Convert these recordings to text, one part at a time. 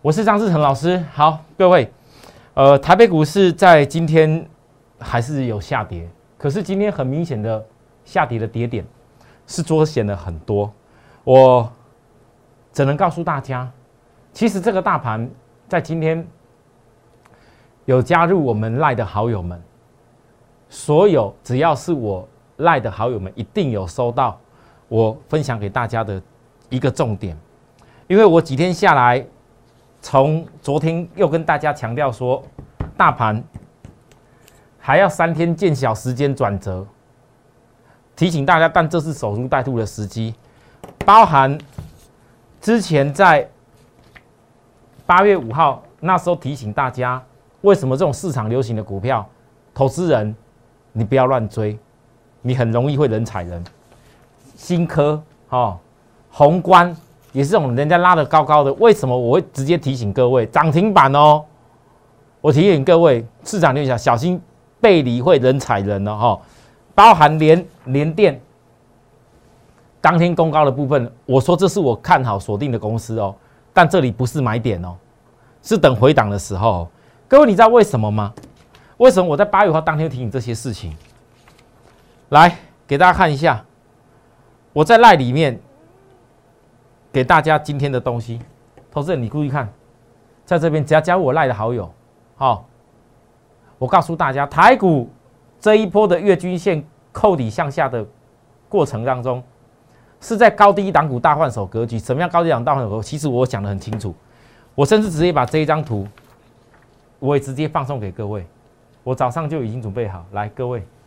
我是张志成老师。好，各位，台北股市在今天还是有下跌，可是今天很明显的下跌的跌点是凸显了很多。我只能告诉大家，其实这个大盘在今天有加入我们赖的好友们，所有只要是我赖的好友们，一定有收到我分享给大家的一个重点，因为我几天下来。从昨天又跟大家强调说，大盘还要3天见小时间转折，提醒大家，但这是守株待兔的时机，包含之前在8月5号那时候提醒大家，为什么这种市场流行的股票，投资人你不要乱追，你很容易会人踩人。新科宏观。也是这种人家拉得高高的，为什么我会直接提醒各位涨停板哦？我提醒各位，市场流向小心背离会人踩人哦，包含联电当天公告的部分，我说这是我看好锁定的公司哦，但这里不是买点哦，是等回档的时候。各位你知道为什么吗？为什么我在8月5号当天提醒这些事情？来给大家看一下，我在LINE里面。给大家今天的东西，投资人你注意看，在这边只要加入我赖的好友，我告诉大家，台股这一波的月均线扣底向下的过程当中，是在高低档股大换手格局。什么样高低档大换手格局？其实我讲得很清楚，我甚至直接把这一张图，我也直接放送给各位，我早上就已经准备好。来，各位，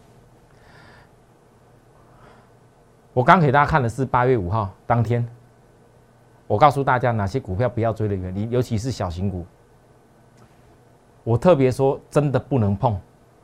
我刚给大家看的是8月5号当天。我告诉大家哪些股票不要追的原因，尤其是小型股。我特别说，真的不能碰，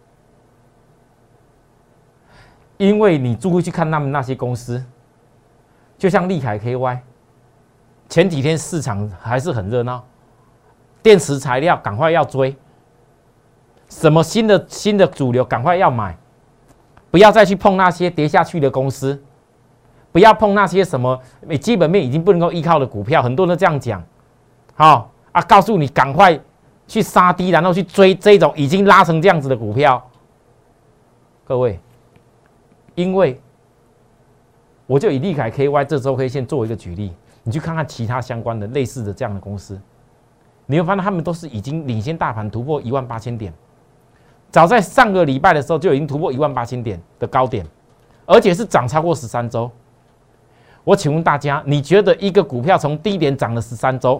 因为你注意去看他们那些公司，就像利凯 KY， 前几天市场还是很热闹，电池材料赶快要追，什么新的主流赶快要买，不要再去碰那些跌下去的公司。不要碰那些什么基本面已经不能够依靠的股票，很多人都这样讲，告诉你赶快去杀低，然后去追这种已经拉成这样子的股票。各位，因为我就以利凯 KY 这周 K 线作为一个举例，你去看看其他相关的类似的这样的公司，你会发现他们都是已经领先大盘突破18000点，早在上个礼拜的时候就已经突破18000点的高点，而且是涨超过13周。我请问大家，你觉得一个股票从低点涨了13周，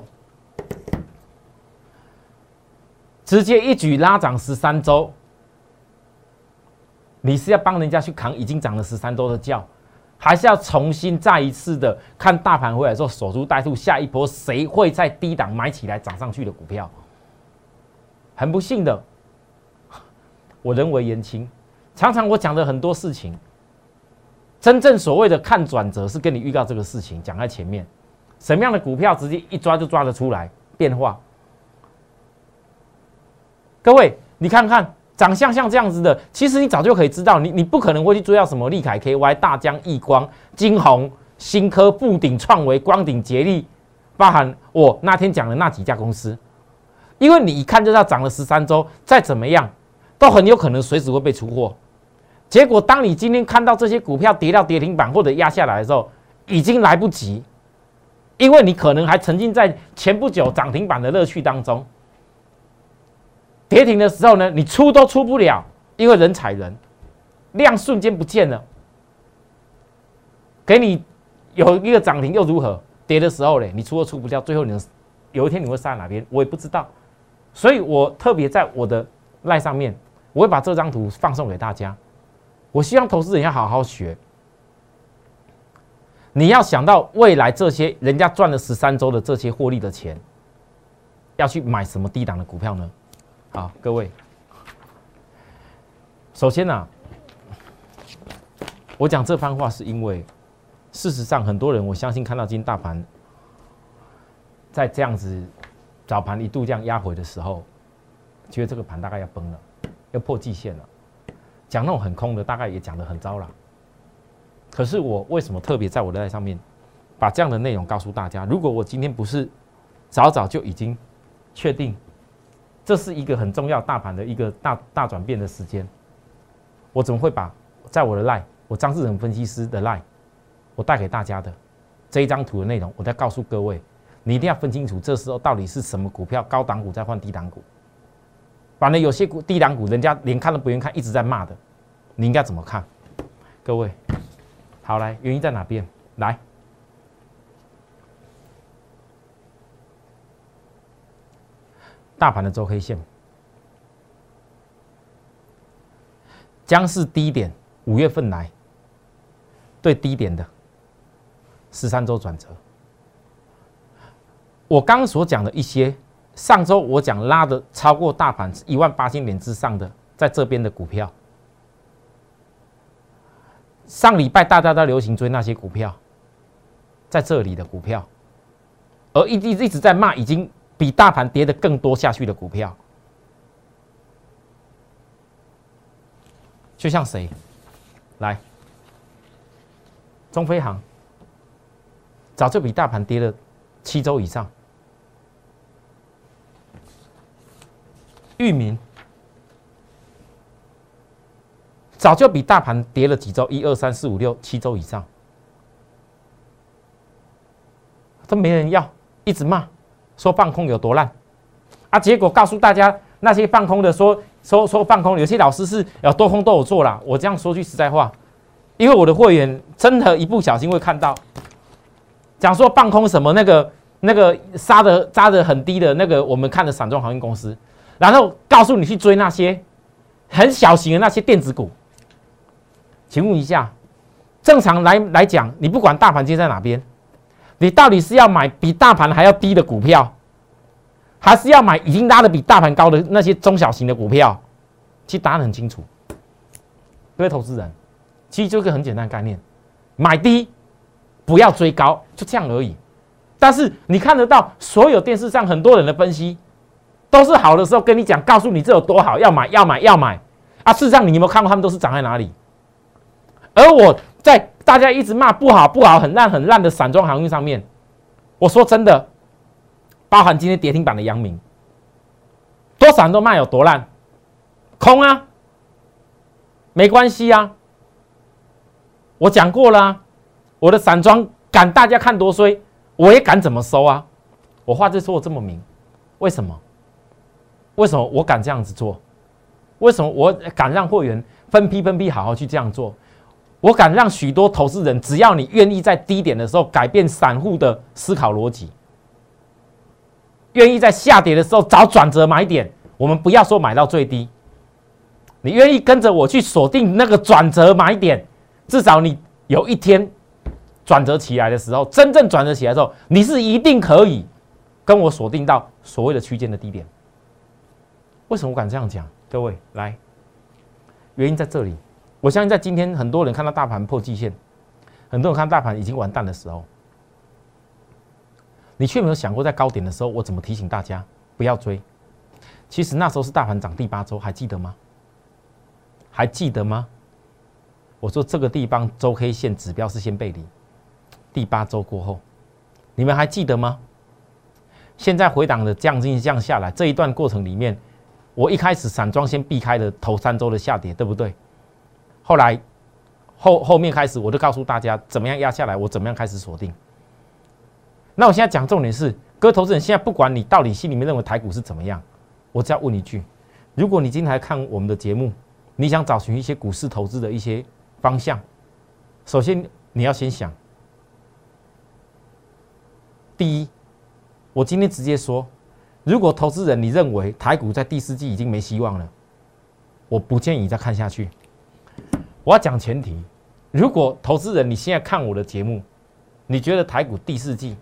直接一举拉涨13周，你是要帮人家去扛已经涨了13周的觉，还是要重新再一次的看大盘回来之后守株待兔，下一波谁会在低档买起来涨上去的股票？很不幸的，我人为言轻，常常我讲的很多事情。真正所谓的看转折，是跟你预告这个事情讲在前面，什么样的股票直接一抓就抓得出来变化。各位，你看看长相像这样子的，其实你早就可以知道，你不可能会去追到什么利凯 KY、大江、亿光、金鸿、新科、富鼎、创维、光鼎、捷力，包含我那天讲的那几家公司，因为你一看就知道涨了13周，再怎么样都很有可能随时会被出货。结果，当你今天看到这些股票跌到跌停板或者压下来的时候，已经来不及，因为你可能还沉浸在前不久涨停板的乐趣当中。跌停的时候呢，你出都出不了，因为人踩人，量瞬间不见了。给你有一个涨停又如何？跌的时候呢，你出都出不掉，最后有一天你会杀在哪边，我也不知道。所以我特别在我的LINE上面，我会把这张图放送给大家。我希望投资人要好好学，你要想到未来这些人家赚了13周的这些获利的钱，要去买什么低档的股票呢？好，各位，首先我讲这番话是因为，事实上很多人我相信看到今天大盘在这样子早盘一度这样压回的时候，觉得这个盘大概要崩了，要破季线了。讲那种很空的，大概也讲得很糟了。可是我为什么特别在我的LINE上面把这样的内容告诉大家？如果我今天不是早早就已经确定这是一个很重要大盘的一个大转变的时间。我怎么会把在我的 LINE， 我张志成分析师的 LINE， 我带给大家的这一张图的内容，我再告诉各位，你一定要分清楚，这时候到底是什么股票，高档股在换低档股。反正有些低档股，人家连看都不愿意看，一直在骂的，你应该怎么看？各位，好来，原因在哪边？来，大盘的周 K 线将是低点，5月份来对低点的13周转折。我刚刚所讲的一些，上周我讲拉的超过大盘18000点之上的，在这边的股票，上礼拜大家都流行追那些股票，在这里的股票，而一直在骂已经比大盘跌得更多下去的股票，就像谁？来，中飞航，早就比大盘跌了7周以上。裕民早就比大盘跌了几周，1、2、3、4、5、6、7周以上，都没人要，一直骂，说放空有多烂啊！结果告诉大家，那些放空的说放空，有些老师是多空都有做啦。我这样说句实在话，因为我的会员真的一不小心会看到，讲说放空什么那个杀得很低的那个我们看的散装航运公司，然后告诉你去追那些很小型的那些电子股。请问一下，正常来讲，你不管大盘今天在哪边，你到底是要买比大盘还要低的股票，还是要买已经拉得比大盘高的那些中小型的股票？其实答案很清楚，各位投资人，其实就一个很简单的概念，买低不要追高，就这样而已。但是你看得到，所有电视上很多人的分析都是好的时候跟你讲，告诉你这有多好，要买啊！事实上你有没有看过他们都是涨在哪里？而我在大家一直骂不好、很烂的散装航运上面，我说真的，包含今天跌停板的阳明，多少人都骂有多烂，空啊，没关系啊，我讲过了啊，我的散装敢大家看多衰，我也敢怎么收啊？我话就说我这么明，为什么？为什么我敢这样子做？为什么我敢让会员分批好好去这样做？我敢让许多投资人，只要你愿意在低点的时候改变散户的思考逻辑，愿意在下跌的时候找转折买点，我们不要说买到最低，你愿意跟着我去锁定那个转折买点，至少你有一天转折起来的时候，真正转折起来的时候，你是一定可以跟我锁定到所谓的区间的低点。为什么我敢这样讲？各位来，原因在这里。我相信在今天很多人看到大盘破季线，很多人看到大盘已经完蛋的时候，你却没有想过在高点的时候我怎么提醒大家不要追。其实那时候是大盘涨第8周，还记得吗？还记得吗？我说这个地方周 K 线指标是先背离，第8周过后，你们还记得吗？现在回档的降下来，这一段过程里面，我一开始散装先避开了头3周的下跌，对不对？后来后面开始，我就告诉大家怎么样压下来，我怎么样开始锁定。那我现在讲重点是，各位投资人，现在不管你到底心里面认为台股是怎么样，我只要问一句：如果你今天来看我们的节目，你想找寻一些股市投资的一些方向，首先你要先想，第一，我今天直接说，如果投资人你认为台股在第4季已经没希望了，我不建议你再看下去。我要讲前提，如果投资人你现在看我的节目，你觉得台股第4季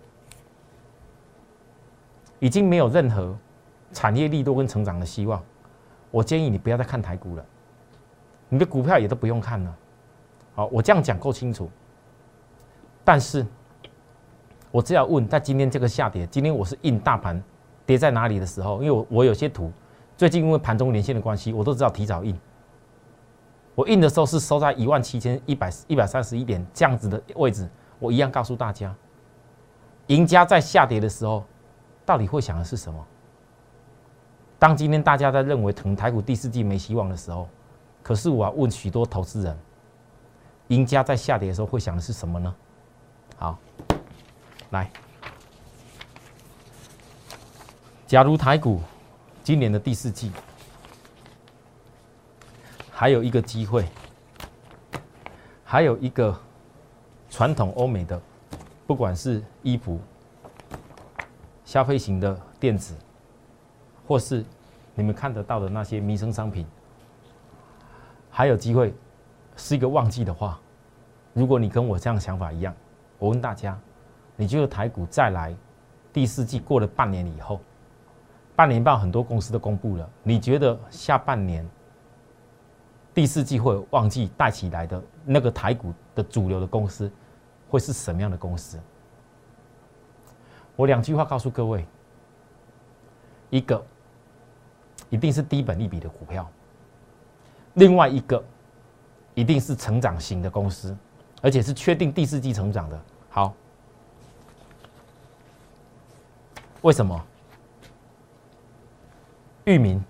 已经没有任何产业利多跟成长的希望，我建议你不要再看台股了，你的股票也都不用看了。好，我这样讲够清楚。但是我只要问，在今天这个下跌，今天我是印大盘跌在哪里的时候，因为我有些图，最近因为盘中连线的关系，我都知道提早印。我印的时候是收在17131点这样子的位置，我一样告诉大家，赢家在下跌的时候，到底会想的是什么？ 当今天大家在认为可能台股第四季没希望的时候，可是我要问许多投资人，赢家在下跌的时候会想的是什么呢？好，来，假如台股今年的第四季还有一个机会，还有一个传统欧美的，不管是衣服、消费型的电子，或是你们看得到的那些民生商品，还有机会是一个旺季的话，如果你跟我这样的想法一样，我问大家，你觉得台股再来第四季过了半年以后，半年报很多公司都公布了，你觉得下半年第四季会有旺季带起来的那个台股的主流的公司会是什么样的公司？我2句话告诉各位，一个一定是低本益比的股票，另外一个一定是成长型的公司，而且是确定第四季成长的。好，为什么？裕民，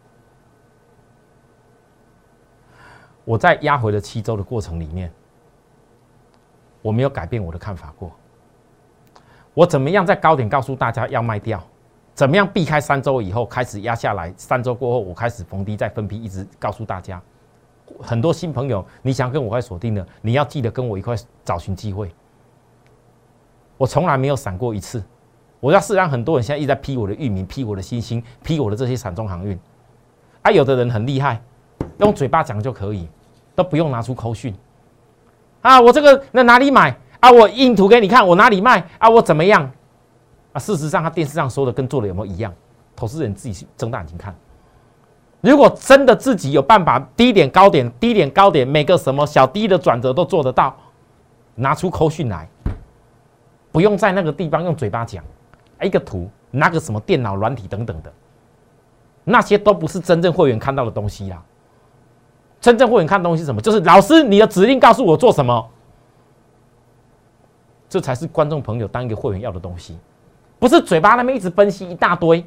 我在压回了7周的过程里面，我没有改变我的看法过。我怎么样在高点告诉大家要卖掉？怎么样避开3周以后开始压下来？3周过后，我开始逢低再分批，一直告诉大家。很多新朋友，你想跟我一块锁定的，你要记得跟我一块找寻机会。我从来没有闪过一次。我要是让很多人现在一直在批我的裕民、批我的新兴、批我的这些散装航运，啊，有的人很厉害，用嘴巴讲就可以，都不用拿出口讯。啊，我这个那哪里买？啊，我印图给你看，我哪里卖？啊，我怎么样？啊，事实上他电视上说的跟做的有没有一样？投资人自己睁大眼睛看。如果真的自己有办法低点高点、低点高点，每个什么小低的转折都做得到，拿出口讯来，不用在那个地方用嘴巴讲。一个图，拿个什么电脑软体等等的，那些都不是真正会员看到的东西啦。真正会员看的东西是什么？就是老师你的指令告诉我做什么，这才是观众朋友当一个会员要的东西，不是嘴巴那边一直分析一大堆，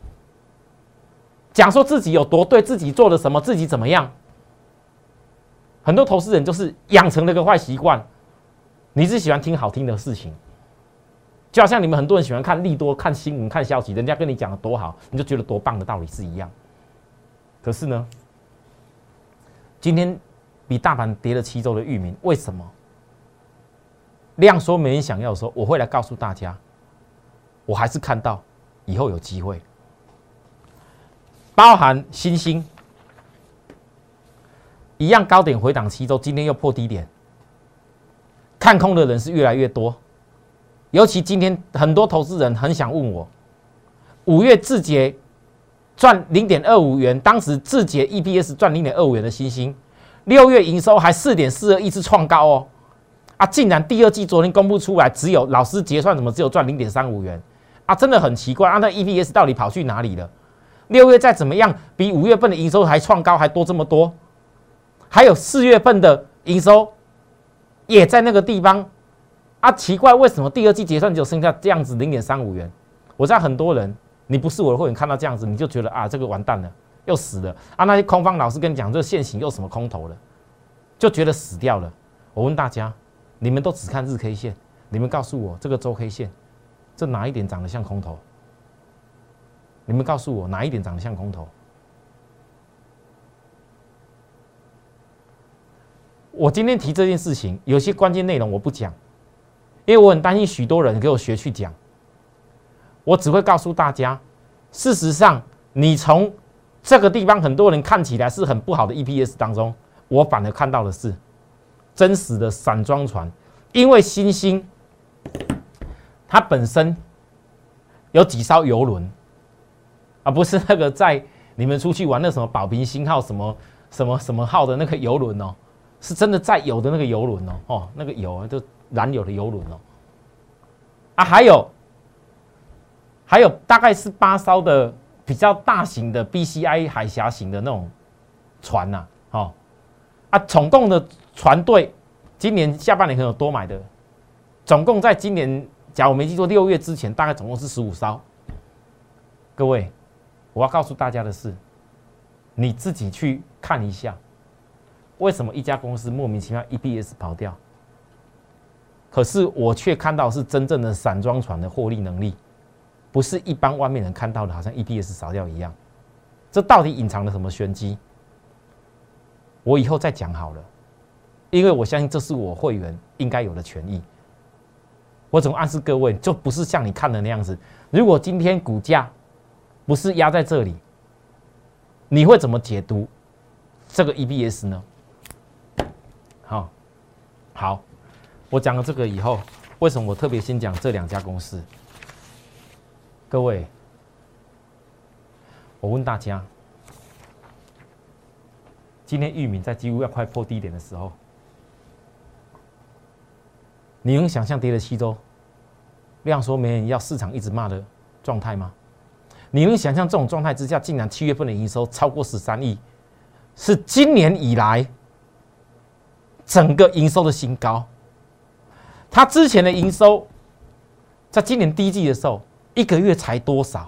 讲说自己有多对，自己做了什么，自己怎么样。很多投资人就是养成了个坏习惯，你只喜欢听好听的事情。就好像你们很多人喜欢看利多、看新闻、看消息，人家跟你讲的多好，你就觉得多棒的道理是一样。可是呢，今天比大盘跌了7周的裕民，为什么量缩没人想要的时候，我会来告诉大家，我还是看到以后有机会，包含新兴一样高点回档7周，今天又破低点，看空的人是越来越多。尤其今天很多投资人很想问我，5月自结赚0.25元，当时自结 EPS 赚0.25元的新兴，6月营收还4.42亿，是创高哦。啊，竟然第2季昨天公布出来，只有老师结算怎么只有赚0.35元啊，真的很奇怪啊！那 EPS 到底跑去哪里了？6月再怎么样，比5月份的营收还创高，还多这么多，还有4月份的营收也在那个地方。啊，奇怪，为什么第2季结算只有剩下这样子0.35元？我知道很多人，你不是我的会员，看到这样子你就觉得啊，这个完蛋了，又死了啊！那些空方老师跟你讲，这现行又什么空头了，就觉得死掉了。我问大家，你们都只看日 K 线，你们告诉我这个周 K 线，这哪一点长得像空头？你们告诉我哪一点长得像空头？我今天提这件事情，有些关键内容我不讲。因为我很担心许多人给我学去讲，我只会告诉大家，事实上，你从这个地方很多人看起来是很不好的 EPS 当中，我反而看到的是真实的散装船，因为新兴它本身有几艘邮轮，而不是那个在你们出去玩那什么宝瓶星号什么号的那个邮轮哦，是真的在有的那个邮轮哦，哦，那个有就。燃油的邮轮哦，啊，还有大概是8艘的比较大型的 BCI 海峡型的那种船呐，哦，啊，总共的船队今年下半年可能有多买的，总共在今年，假如我没记错，6月之前大概总共是15艘。各位， 我要告诉大家的是，你自己去看一下，为什么一家公司莫名其妙 EPS 跑掉，可是我却看到是真正的散装船的获利能力，不是一般外面人看到的，好像 EPS 少掉一样。这到底隐藏了什么玄机？我以后再讲好了，因为我相信这是我会员应该有的权益。我总暗示各位，就不是像你看的那样子。如果今天股价不是压在这里，你会怎么解读这个 EPS 呢？好，我讲了这个以后，为什么我特别先讲这2家公司？各位，我问大家，今天裕民在几乎要快破低点的时候，你能想象跌了7周，量缩没人要，市场一直骂的状态吗？你能想象这种状态之下，竟然7月份的营收超过13亿，是今年以来整个营收的新高？它之前的营收，在今年第1季的时候，1个月才多少？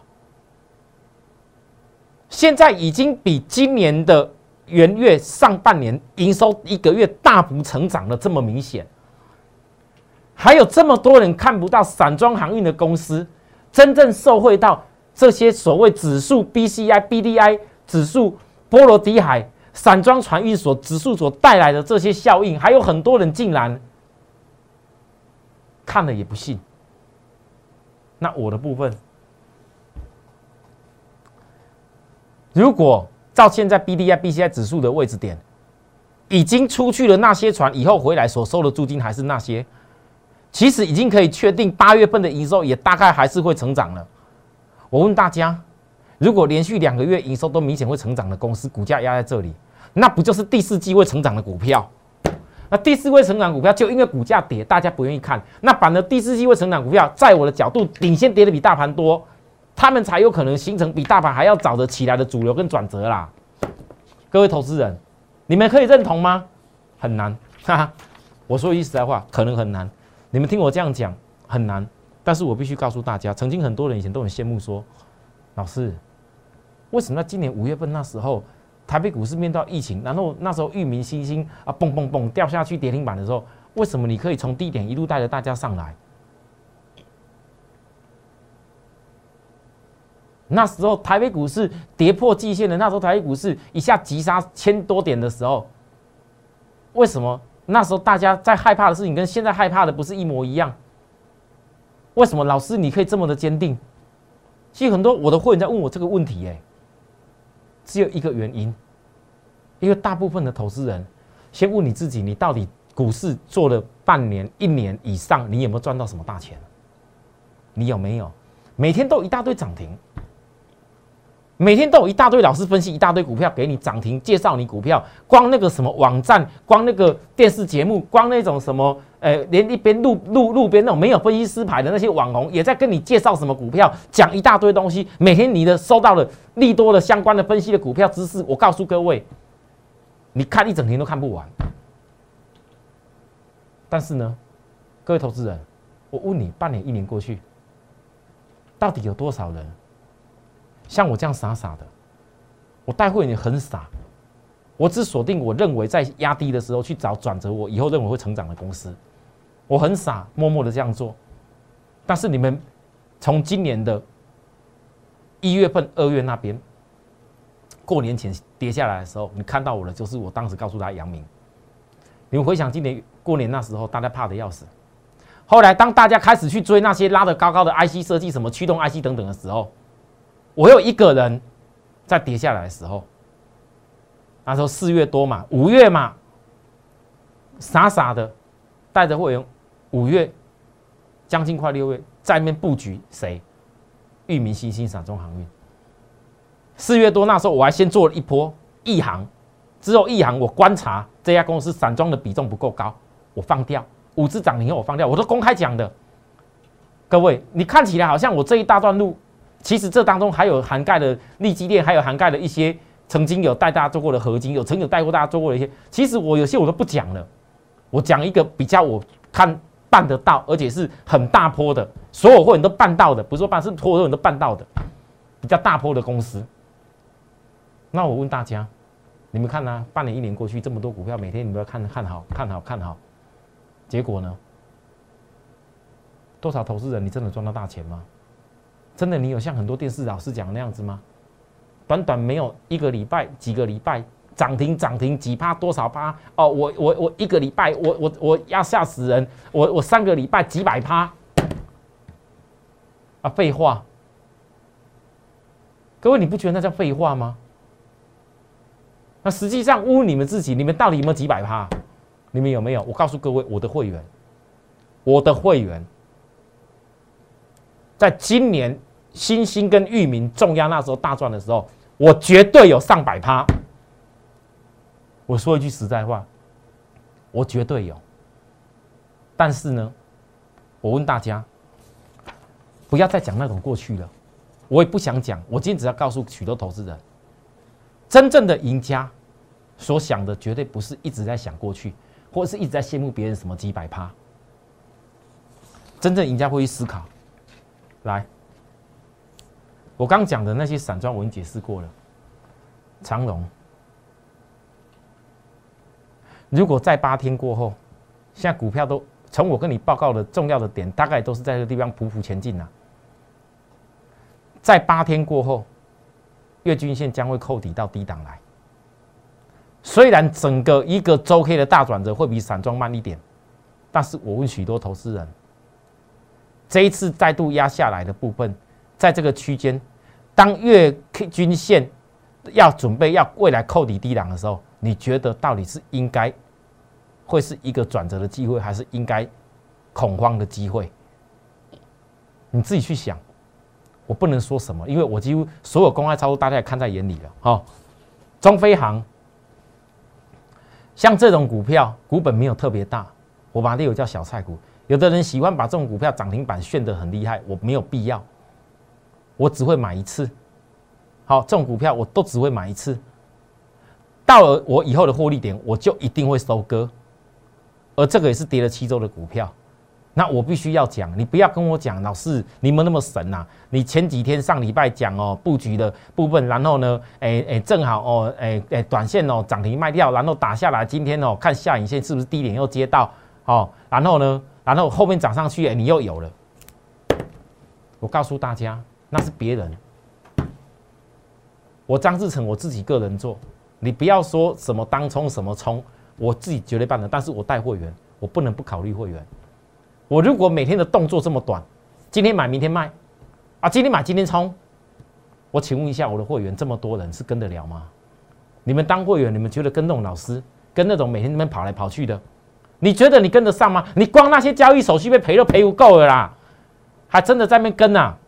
现在已经比今年的元月上半年营收1个月大幅成长的这么明显。还有这么多人看不到散装航运的公司真正受惠到这些所谓指数 BCI、BDI 指数、波罗的海散装船运所指数所带来的这些效应，还有很多人竟然看了也不信。那我的部分，如果照现在 BDI、BCI 指数的位置点，已经出去了那些船，以后回来所收的租金还是那些。其实已经可以确定，8月份的营收也大概还是会成长了。我问大家，如果连续2个月营收都明显会成长的公司，股价压在这里，那不就是第4季会成长的股票？那第4季会成长股票，就因为股价跌，大家不愿意看。那反而第4季会成长股票，在我的角度，领先跌的比大盘多，他们才有可能形成比大盘还要早的起来的主流跟转折啦。各位投资人，你们可以认同吗？很难，哈哈。我说句实在话，可能很难。你们听我这样讲很难，但是我必须告诉大家，曾经很多人以前都很羡慕说，老师，为什么在今年5月份那时候，台北股市面对到疫情，然后那时候裕民、新兴啊蹦蹦蹦掉下去跌停板的时候，为什么你可以从低点一路带着大家上来？那时候台北股市跌破季线的，那时候台北股市一下急杀1000多点的时候，为什么？那时候大家在害怕的事情跟现在害怕的不是一模一样？为什么老师你可以这么的坚定？其实很多我的会员在问我这个问题，只有一个原因，因为大部分的投资人先问你自己，你到底股市做了半年、1年以上，你有没有赚到什么大钱？你有没有？每天都有一大堆涨停，每天都有一大堆老师分析一大堆股票给你涨停，介绍你股票，光那个什么网站，光那个电视节目，光那种什么连一边路边那种没有分析师牌的那些网红也在跟你介绍什么股票，讲一大堆东西。每天你的收到了利多的相关的分析的股票知识，我告诉各位，你看一整天都看不完。但是呢，各位投资人，我问你，半年、1年过去，到底有多少人？像我这样傻傻的，我带会员很傻，我只锁定我认为在压低的时候去找转折，我以后认为会成长的公司，我很傻，默默的这样做。但是你们从今年的1月份、2月那边过年前跌下来的时候，你看到我的就是我当时告诉大家阳明。你们回想今年过年那时候，大家怕得要死。后来当大家开始去追那些拉得高高的 IC 设计，什么驱动 IC 等等的时候，我有一个人在跌下来的时候，那时候4月多嘛，5月嘛，傻傻的带着会员，5月将近快6月，在那边布局谁？裕民、新兴、散装航运。4月多那时候，我还先做了一波一航，之后一航我观察这家公司散装的比重不够高，我放掉，5只涨停后我放掉，我都公开讲的。各位，你看起来好像我这一大段路。其实这当中还有涵盖的利基链，还有涵盖的一些曾经有带大家做过的合金，曾经有带过大家做过的一些。其实我有些我都不讲了，我讲一个比较我看办得到，而且是很大波的，所有会员都办到的，不是说办，是所有人都办到的，比较大波的公司。 那我问大家，你们看啊，半年、1年过去，这么多股票，每天你们要看好，结果呢？多少投资人你真的赚到大钱吗？真的你有像很多电视老师讲的那样子吗？短短没有1个礼拜、几个礼拜，涨停几趴多少趴？哦，我1个礼拜，我要吓死人！我3个礼拜几百趴啊！废话，各位你不觉得那叫废话吗？那实际上污你们自己，你们到底有没有几百趴？你们有没有？我告诉各位，我的会员。在今年新兴跟裕民重压那时候大赚的时候，我绝对有上百趴。我说一句实在话，我绝对有。但是呢，我问大家，不要再讲那种过去了，我也不想讲。我今天只要告诉许多投资人，真正的赢家所想的绝对不是一直在想过去，或者是一直在羡慕别人什么几百趴。真正赢家会去思考。来，我刚讲的那些散装我已经解释过了。长荣，如果在8天过后，现在股票都从我跟你报告的重要的点，大概都是在这个地方匍匐前进了。在8天过后，月均线将会扣底到低档来。虽然整个一个周 K 的大转折会比散装慢一点，但是我问许多投资人，这一次再度压下来的部分，在这个区间，当月 K 均线要准备要未来扣底低档的时候，你觉得到底是应该会是一个转折的机会，还是应该恐慌的机会？你自己去想，我不能说什么，因为我几乎所有公开操作大家也看在眼里了。哦，中飞航，像这种股票，股本没有特别大，我把它列为叫小菜股。有的人喜欢把这种股票涨停板炫得很厉害，我没有必要，我只会买一次。好，这种股票我都只会买一次，到了我以后的获利点，我就一定会收割。而这个也是跌了7周的股票，那我必须要讲，你不要跟我讲，老师你们那么神啊！你前几天上礼拜讲哦布局的部分，然后呢，正好哦，短线哦涨停卖掉，然后打下来，今天哦看下影线是不是低点又接到哦，然后呢？然后后面涨上去，你又有了。我告诉大家，那是别人。我张志成我自己个人做，你不要说什么当冲什么冲，我自己绝对办的。但是我带会员，我不能不考虑会员。我如果每天的动作这么短，今天买明天卖，啊，今天买今天冲，我请问一下我的会员这么多人是跟得了吗？你们当会员，你们觉得跟那种老师，跟那种每天那边跑来跑去的？你觉得你跟得上吗？你光那些交易手续费赔都赔不够了啦，还真的在那边跟啊？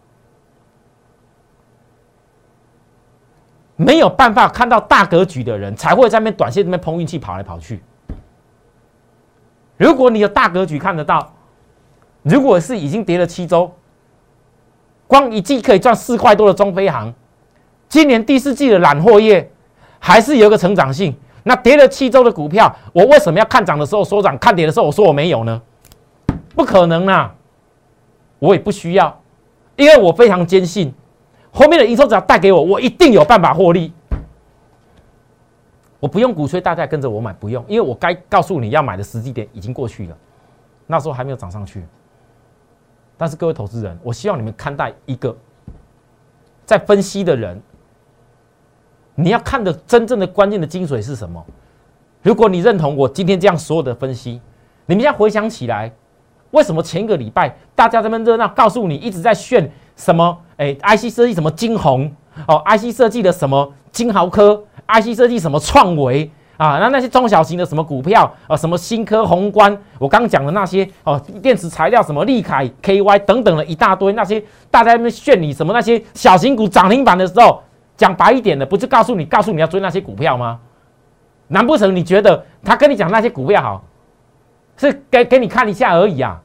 没有办法看到大格局的人，才会在那边短线那边碰运气跑来跑去。如果你有大格局看得到，如果是已经跌了7周，光一季可以赚4块多的中飞航，今年第4季的揽货业还是有一个成长性。那跌了7周的股票，我为什么要看涨的时候说涨，看跌的时候我说我没有呢？不可能啊！我也不需要，因为我非常坚信，后面的营收只要带给我，我一定有办法获利。我不用鼓吹大家跟着我买，不用，因为我该告诉你要买的时机点已经过去了，那时候还没有涨上去。但是各位投资人，我希望你们看待一个在分析的人。你要看的真正的关键的精髓是什么？如果你认同我今天这样所有的分析，你们现在回想起来，为什么前一个礼拜大家这边热闹，告诉你一直在炫什么？IC 设计什么金鸿哦 ，IC 设计的什么金豪科 ，IC 设计什么创维啊，那些中小型的什么股票啊，什么新科、宏观，我刚讲的那些哦，电子材料什么利凯、KY 等等的一大堆，那些大家在那边炫你什么那些小型股涨停板的时候。讲白一点的，不是告诉你要追那些股票吗？难不成你觉得他跟你讲那些股票好，是给你看一下而已啊？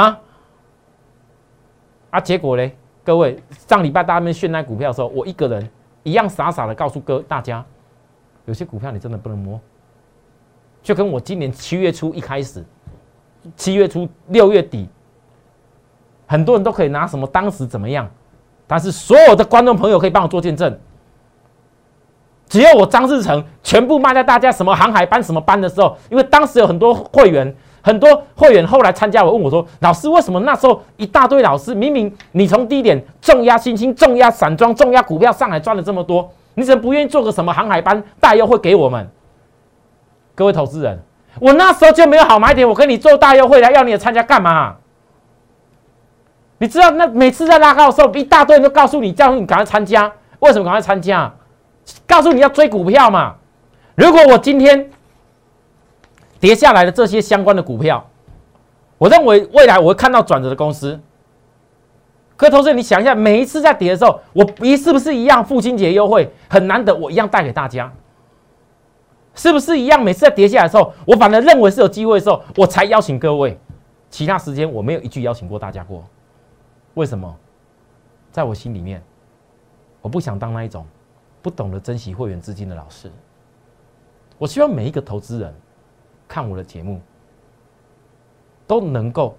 结果呢？各位，上礼拜大家们炫那股票的时候，我一个人一样傻傻的告诉大家，有些股票你真的不能摸。就跟我今年7月初一开始，7月初6月底，很多人都可以拿什么当时怎么样，但是所有的观众朋友可以帮我做见证。 只有我张志成全部卖在大家什么航海班什么班的时候，因为当时有很多会员后来参加，我问我说：“老师，为什么那时候一大堆老师，明明你从低点重压新兴、重压散装、重压股票上来赚了这么多，你怎么不愿意做个什么航海班大优惠给我们？”各位投资人，我那时候就没有好买点，我跟你做大优惠来要你参加干嘛？你知道那每次在拉高的时候，一大堆人都告诉你，叫你赶快参加。为什么赶快参加？告诉你要追股票嘛。如果我今天跌下来的这些相关的股票，我认为未来我会看到转折的公司。各位投资人，你想一下，每一次在跌的时候，我是不是一样父亲节优惠很难得，我一样带给大家？是不是一样？每次在跌下来的时候，我反而认为是有机会的时候，我才邀请各位。其他时间我没有一句邀请过大家过。为什么？在我心里面，我不想当那一种不懂得珍惜会员资金的老师。我希望每一个投资人看我的节目，都能够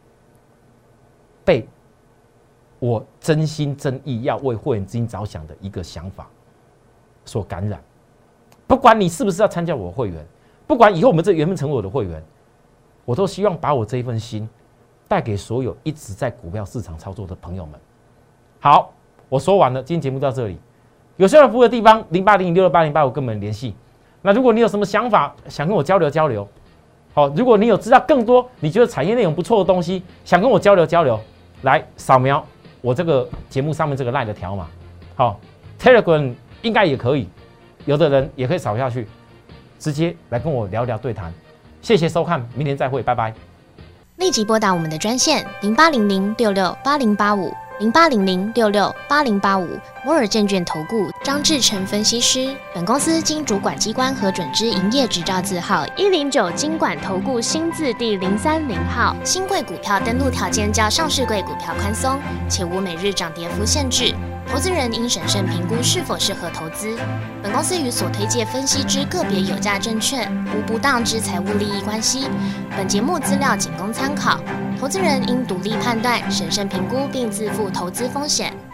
被我真心真意要为会员资金着想的一个想法所感染。不管你是不是要参加我的会员，不管以后我们这缘分成为我的会员，我都希望把我这一份心带给所有一直在股票市场操作的朋友们。好，我说完了，今天节目到这里。有需要服务的地方，0800668085跟我们联系。那如果你有什么想法，想跟我交流交流，好，如果你有知道更多你觉得产业内容不错的东西，想跟我交流交流，来扫描我这个节目上面这个 LINE 的条码，好 ，Telegram 应该也可以，有的人也可以扫下去，直接来跟我聊聊对谈。谢谢收看，明天再会，拜拜。 立即拨打我们的专线08006680850800668085摩尔证券投顾张志成分析师。本公司经主管机关核准之营业执照字号109金管投顾新字第030号。新贵股票登录条件较上市贵股票宽松，且无每日涨跌幅限制。投资人应审慎评估是否适合投资。本公司与所推介分析之个别有价证券无不当之财务利益关系。本节目资料仅供参考，投资人应独立判断、审慎评估并自负投资风险。